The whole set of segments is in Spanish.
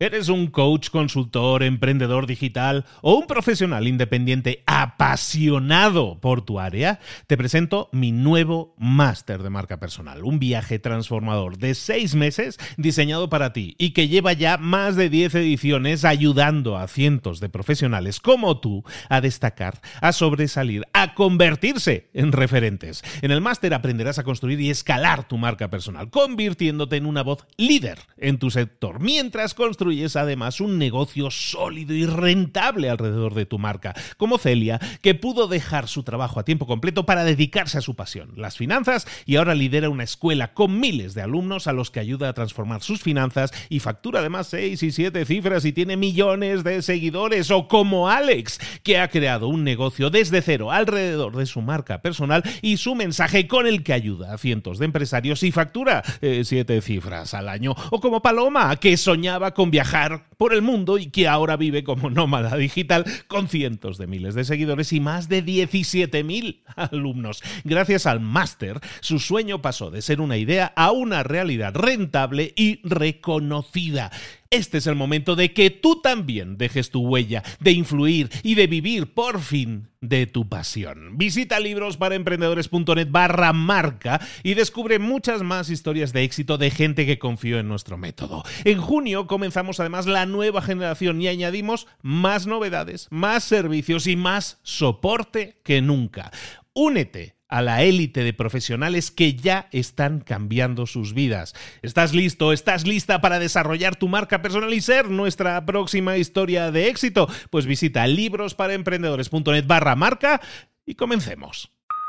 ¿Eres un coach, consultor, emprendedor digital o un profesional independiente apasionado por tu área? Te presento mi nuevo máster de marca personal, un viaje transformador de 6 meses diseñado para ti y que lleva ya más de 10 ediciones ayudando a cientos de profesionales como tú a destacar, a sobresalir, a convertirse en referentes. En el máster aprenderás a construir y escalar tu marca personal, convirtiéndote en una voz líder en tu sector, mientras construyes además un negocio sólido y rentable alrededor de tu marca, como Celia, que pudo dejar su trabajo a tiempo completo para dedicarse a su pasión, las finanzas, y ahora lidera una escuela con miles de alumnos a los que ayuda a transformar sus finanzas y factura además 6 y 7 cifras y tiene millones de seguidores. O como Alex, que ha creado un negocio desde cero alrededor de su marca personal y su mensaje, con el que ayuda a cientos de empresarios y factura 7 cifras al año. O como Paloma, que soñaba con viajar por el mundo y que ahora vive como nómada digital con cientos de miles de seguidores y más de 17.000 alumnos. Gracias al máster, su sueño pasó de ser una idea a una realidad rentable y reconocida. Este es el momento de que tú también dejes tu huella, de influir y de vivir por fin de tu pasión. Visita librosparaemprendedores.net/marca y descubre muchas más historias de éxito de gente que confió en nuestro método. En junio comenzamos además la nueva generación y añadimos más novedades, más servicios y más soporte que nunca. Únete a la élite de profesionales que ya están cambiando sus vidas. ¿Estás listo? ¿Estás lista para desarrollar tu marca personal y ser nuestra próxima historia de éxito? Pues visita librosparaemprendedores.net/marca y comencemos.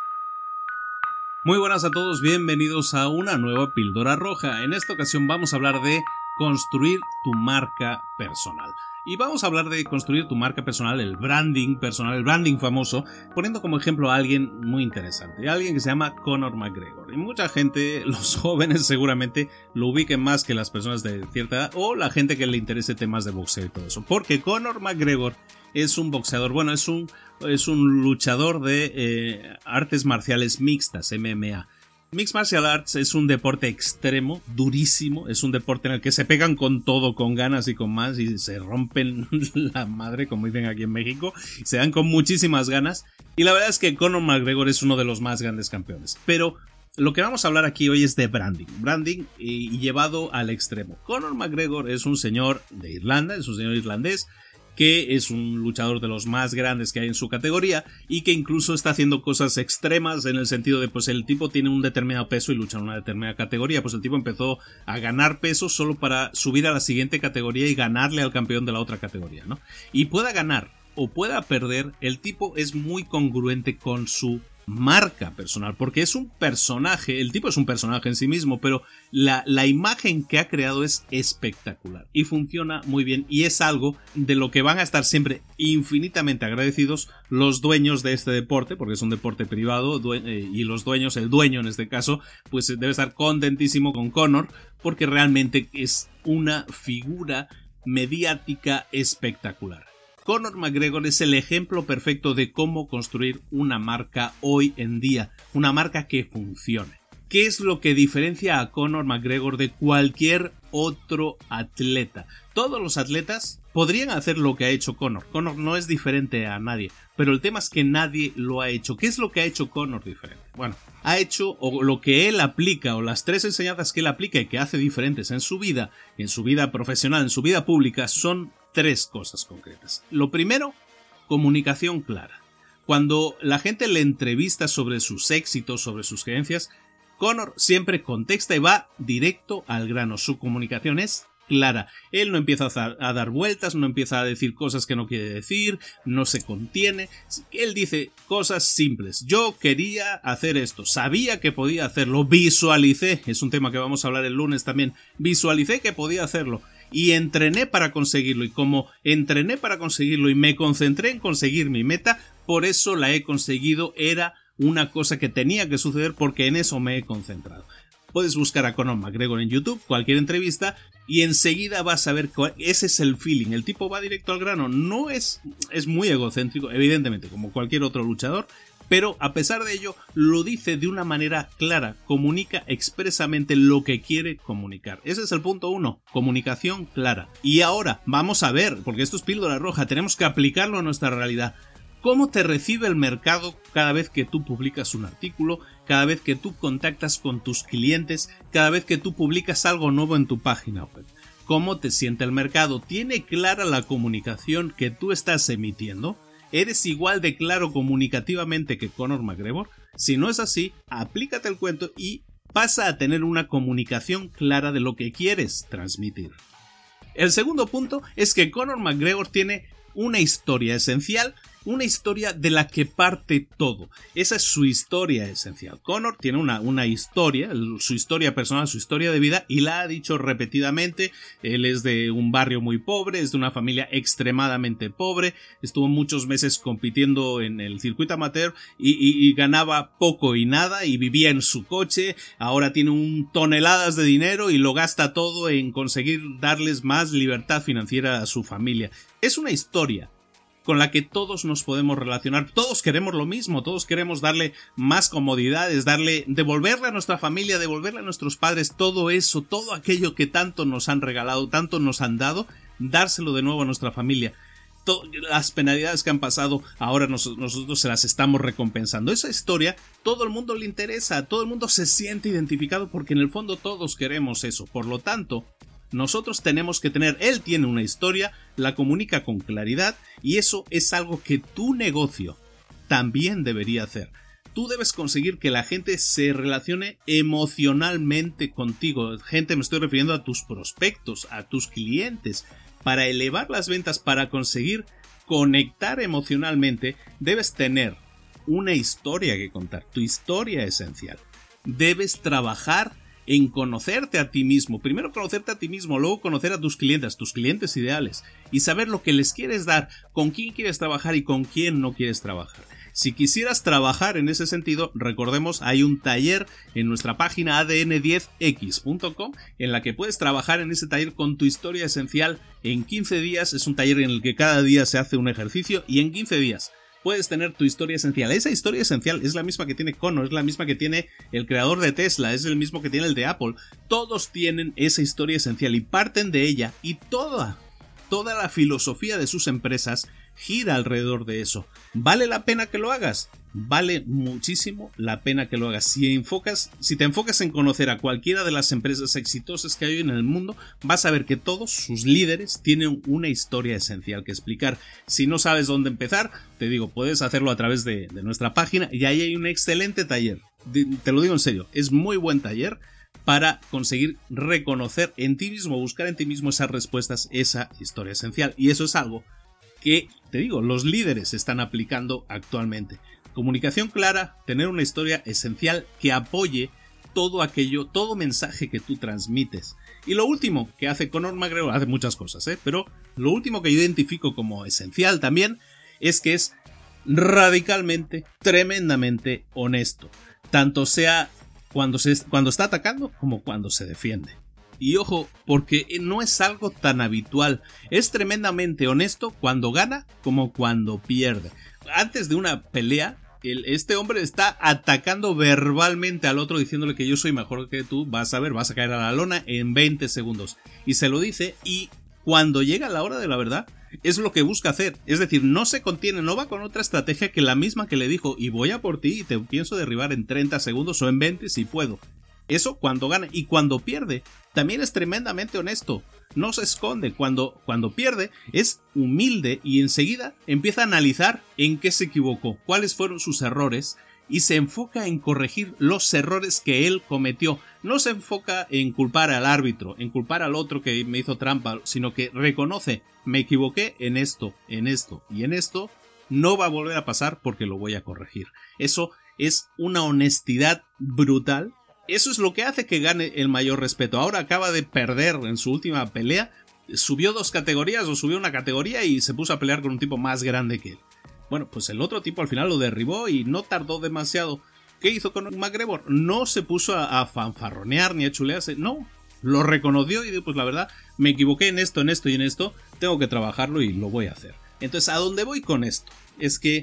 Muy buenas a todos, bienvenidos a una nueva píldora roja. En esta ocasión vamos a hablar de construir tu marca personal. Y vamos a hablar de construir tu marca personal, el branding famoso, poniendo como ejemplo a alguien muy interesante, alguien que se llama Conor McGregor. Y mucha gente, los jóvenes seguramente, lo ubiquen más que las personas de cierta edad o la gente que le interese temas de boxeo y todo eso. Porque Conor McGregor es un boxeador, bueno, es un luchador de artes marciales mixtas, MMA. Mixed Martial Arts es un deporte extremo, durísimo, es un deporte en el que se pegan con todo, con ganas y con más, y se rompen la madre, como dicen aquí en México, se dan con muchísimas ganas, y la verdad es que Conor McGregor es uno de los más grandes campeones. Pero lo que vamos a hablar aquí hoy es de branding y llevado al extremo. Conor McGregor es un señor de Irlanda, es un señor irlandés, que es un luchador de los más grandes que hay en su categoría y que incluso está haciendo cosas extremas en el sentido de, pues el tipo tiene un determinado peso y lucha en una determinada categoría, pues el tipo empezó a ganar peso solo para subir a la siguiente categoría y ganarle al campeón de la otra categoría, ¿no? Y pueda ganar o pueda perder, el tipo es muy congruente con su marca personal, porque es un personaje, el tipo es un personaje en sí mismo, pero la imagen que ha creado es espectacular y funciona muy bien, y es algo de lo que van a estar siempre infinitamente agradecidos los dueños de este deporte, porque es un deporte privado, y los dueños, el dueño en este caso, pues debe estar contentísimo con Conor, porque realmente es una figura mediática espectacular. Conor McGregor es el ejemplo perfecto de cómo construir una marca hoy en día, una marca que funcione. ¿Qué es lo que diferencia a Conor McGregor de cualquier otro atleta? Todos los atletas podrían hacer lo que ha hecho Conor. Conor no es diferente a nadie, pero el tema es que nadie lo ha hecho. ¿Qué es lo que ha hecho Conor diferente? Bueno, ha hecho o lo que él aplica, o las 3 enseñanzas que él aplica y que hace diferentes en su vida profesional, en su vida pública, son 3 cosas concretas. Lo primero, comunicación clara. Cuando la gente le entrevista sobre sus éxitos, sobre sus creencias, Conor siempre contesta y va directo al grano. Su comunicación es clara. Él no empieza a dar vueltas, no empieza a decir cosas que no quiere decir, no se contiene. Él dice cosas simples. Yo quería hacer esto, sabía que podía hacerlo, visualicé, es un tema que vamos a hablar el lunes también, visualicé que podía hacerlo. Y entrené para conseguirlo, y como entrené para conseguirlo y me concentré en conseguir mi meta, por eso la he conseguido, era una cosa que tenía que suceder porque en eso me he concentrado. Puedes buscar a Conor McGregor en YouTube, cualquier entrevista, y enseguida vas a ver ese es el feeling. El tipo va directo al grano, no es muy egocéntrico, evidentemente, como cualquier otro luchador, pero a pesar de ello lo dice de una manera clara, comunica expresamente lo que quiere comunicar. Ese es el punto 1, comunicación clara. Y ahora vamos a ver, porque esto es píldora roja, tenemos que aplicarlo a nuestra realidad. ¿Cómo te recibe el mercado cada vez que tú publicas un artículo, cada vez que tú contactas con tus clientes, cada vez que tú publicas algo nuevo en tu página web? ¿Cómo te siente el mercado? ¿Tiene clara la comunicación que tú estás emitiendo? ¿Eres igual de claro comunicativamente que Conor McGregor? Si no es así, aplícate el cuento y pasa a tener una comunicación clara de lo que quieres transmitir. El segundo punto es que Conor McGregor tiene una historia esencial, una historia de la que parte todo. Esa es su historia esencial. Conor tiene una historia, su historia personal, su historia de vida, y la ha dicho repetidamente. Él es de un barrio muy pobre, es de una familia extremadamente pobre, estuvo muchos meses compitiendo en el circuito amateur y ganaba poco y nada, y vivía en su coche. Ahora tiene toneladas de dinero y lo gasta todo en conseguir darles más libertad financiera a su familia. Es una historia con la que todos nos podemos relacionar, todos queremos lo mismo, todos queremos darle más comodidades, devolverle a nuestra familia, devolverle a nuestros padres todo eso, todo aquello que tanto nos han regalado, tanto nos han dado, dárselo de nuevo a nuestra familia. Las penalidades que han pasado, ahora nosotros se las estamos recompensando. Esa historia, todo el mundo le interesa, todo el mundo se siente identificado porque en el fondo todos queremos eso. Por lo tanto, nosotros tenemos que él tiene una historia, la comunica con claridad y eso es algo que tu negocio también debería hacer. Tú debes conseguir que la gente se relacione emocionalmente contigo. Gente, me estoy refiriendo a tus prospectos, a tus clientes. Para elevar las ventas, para conseguir conectar emocionalmente, debes tener una historia que contar, tu historia esencial. Debes trabajar en conocerte a ti mismo. Primero conocerte a ti mismo, luego conocer a tus clientes ideales y saber lo que les quieres dar, con quién quieres trabajar y con quién no quieres trabajar. Si quisieras trabajar en ese sentido, recordemos, hay un taller en nuestra página adn10x.com en la que puedes trabajar en ese taller con tu historia esencial en 15 días. Es un taller en el que cada día se hace un ejercicio y en 15 días puedes tener tu historia esencial. Esa historia esencial es la misma que tiene Conor, es la misma que tiene el creador de Tesla, es el mismo que tiene el de Apple. Todos tienen esa historia esencial y parten de ella, y toda la filosofía de sus empresas gira alrededor de eso. ¿Vale la pena que lo hagas? Vale muchísimo la pena que lo hagas. Si te enfocas en conocer a cualquiera de las empresas exitosas que hay hoy en el mundo, vas a ver que todos sus líderes tienen una historia esencial que explicar. Si no sabes dónde empezar, te digo, puedes hacerlo a través de nuestra página y ahí hay un excelente taller. Te lo digo en serio, es muy buen taller para conseguir reconocer en ti mismo, buscar en ti mismo esas respuestas, esa historia esencial. Y eso es algo que, te digo, los líderes están aplicando actualmente. Comunicación clara, tener una historia esencial que apoye todo aquello, todo mensaje que tú transmites. Y lo último que hace Conor McGregor, hace muchas cosas, pero lo último que yo identifico como esencial también es que es radicalmente, tremendamente honesto. Tanto sea cuando está atacando como cuando se defiende. Y ojo, porque no es algo tan habitual. Es tremendamente honesto cuando gana como cuando pierde. Antes de una pelea, este hombre está atacando verbalmente al otro, diciéndole que yo soy mejor que tú, vas a ver, vas a caer a la lona en 20 segundos. Y se lo dice, y cuando llega la hora de la verdad, es lo que busca hacer. Es decir, no se contiene, no va con otra estrategia que la misma que le dijo, y voy a por ti y te pienso derribar en 30 segundos o en 20 si puedo. Eso cuando gana. Y cuando pierde, también es tremendamente honesto. No se esconde. Cuando pierde, es humilde y enseguida empieza a analizar en qué se equivocó, cuáles fueron sus errores, y se enfoca en corregir los errores que él cometió. No se enfoca en culpar al árbitro, en culpar al otro que me hizo trampa, sino que reconoce, me equivoqué en esto y en esto, no va a volver a pasar porque lo voy a corregir. Eso es una honestidad brutal. Eso es lo que hace que gane el mayor respeto. Ahora acaba de perder en su última pelea, subió 2 categorías o subió una categoría y se puso a pelear con un tipo más grande que él. Bueno, pues el otro tipo al final lo derribó y no tardó demasiado. ¿Qué hizo con McGregor? No se puso a fanfarronear ni a chulearse, no. Lo reconoció y dijo, pues la verdad, me equivoqué en esto y en esto, tengo que trabajarlo y lo voy a hacer. Entonces, ¿a dónde voy con esto? Es que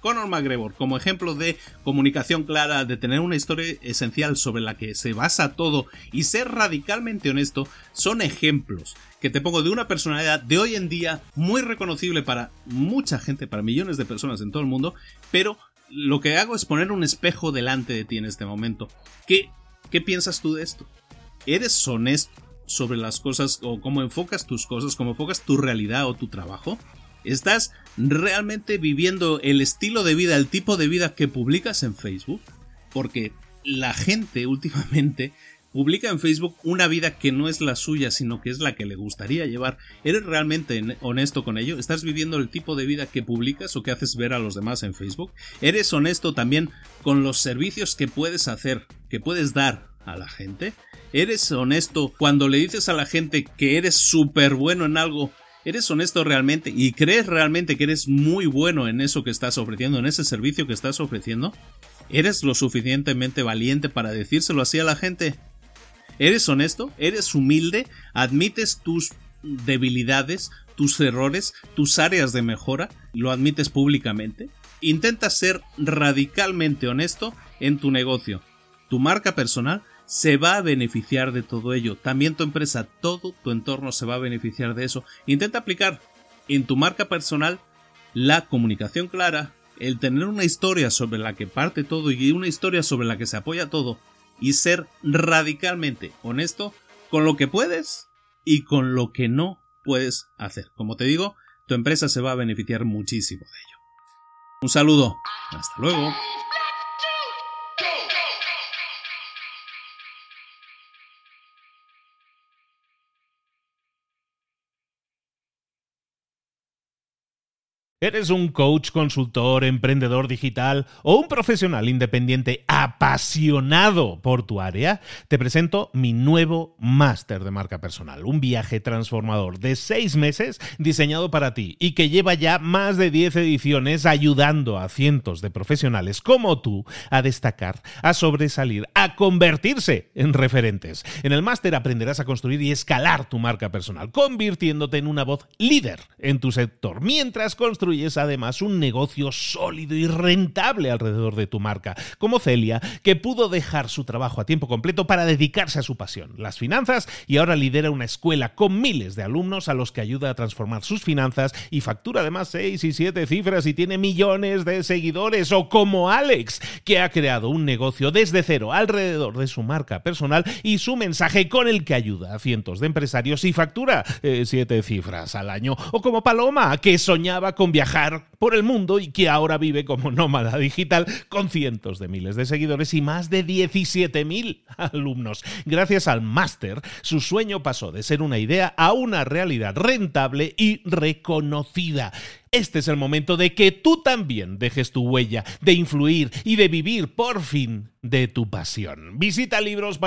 Conor McGregor, como ejemplo de comunicación clara, de tener una historia esencial sobre la que se basa todo y ser radicalmente honesto, son ejemplos que te pongo de una personalidad de hoy en día muy reconocible para mucha gente, para millones de personas en todo el mundo, pero lo que hago es poner un espejo delante de ti en este momento. ¿Qué piensas tú de esto? ¿Eres honesto sobre las cosas o cómo enfocas tus cosas, cómo enfocas tu realidad o tu trabajo? ¿Estás realmente viviendo el estilo de vida, el tipo de vida que publicas en Facebook? Porque la gente últimamente publica en Facebook una vida que no es la suya, sino que es la que le gustaría llevar. ¿Eres realmente honesto con ello? ¿Estás viviendo el tipo de vida que publicas o que haces ver a los demás en Facebook? ¿Eres honesto también con los servicios que puedes hacer, que puedes dar a la gente? ¿Eres honesto cuando le dices a la gente que eres súper bueno en algo? ¿Eres honesto realmente y crees realmente que eres muy bueno en eso que estás ofreciendo, en ese servicio que estás ofreciendo? ¿Eres lo suficientemente valiente para decírselo así a la gente? ¿Eres honesto? ¿Eres humilde? ¿Admites tus debilidades, tus errores, tus áreas de mejora? ¿Lo admites públicamente? Intenta ser radicalmente honesto en tu negocio. Tu marca personal se va a beneficiar de todo ello. También tu empresa, todo tu entorno se va a beneficiar de eso. Intenta aplicar en tu marca personal la comunicación clara, el tener una historia sobre la que parte todo y una historia sobre la que se apoya todo, y ser radicalmente honesto con lo que puedes y con lo que no puedes hacer. Como te digo, tu empresa se va a beneficiar muchísimo de ello. Un saludo. Hasta luego. ¿Eres un coach, consultor, emprendedor digital o un profesional independiente apasionado por tu área? Te presento mi nuevo máster de marca personal, un viaje transformador de 6 meses diseñado para ti y que lleva ya más de 10 ediciones ayudando a cientos de profesionales como tú a destacar, a sobresalir, a convertirse en referentes. En el máster aprenderás a construir y escalar tu marca personal, convirtiéndote en una voz líder en tu sector, mientras construyes además un negocio sólido y rentable alrededor de tu marca, como Celia, que pudo dejar su trabajo a tiempo completo para dedicarse a su pasión, las finanzas, y ahora lidera una escuela con miles de alumnos a los que ayuda a transformar sus finanzas y factura además 6 y 7 cifras y tiene millones de seguidores. O como Alex, que ha creado un negocio desde cero alrededor de su marca personal y su mensaje, con el que ayuda a cientos de empresarios y factura 7 cifras al año. O como Paloma, que soñaba con viajar por el mundo y que ahora vive como nómada digital con cientos de miles de seguidores y más de 17.000 alumnos. Gracias al máster, su sueño pasó de ser una idea a una realidad rentable y reconocida. Este es el momento de que tú también dejes tu huella, de influir y de vivir por fin de tu pasión. Visita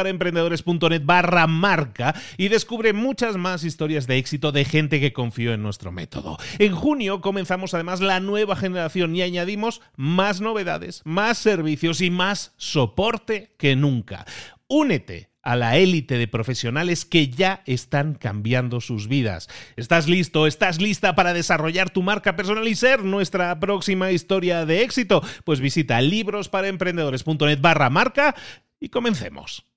librosparaemprendedores.net/marca y descubre muchas más historias de éxito de gente que confió en nuestro método. En junio comenzamos además la nueva generación y añadimos más novedades, más servicios y más soporte que nunca. Únete a la élite de profesionales que ya están cambiando sus vidas. ¿Estás listo? ¿Estás lista para desarrollar tu marca personal y ser nuestra próxima historia de éxito? Pues visita librosparaemprendedores.net/marca y comencemos.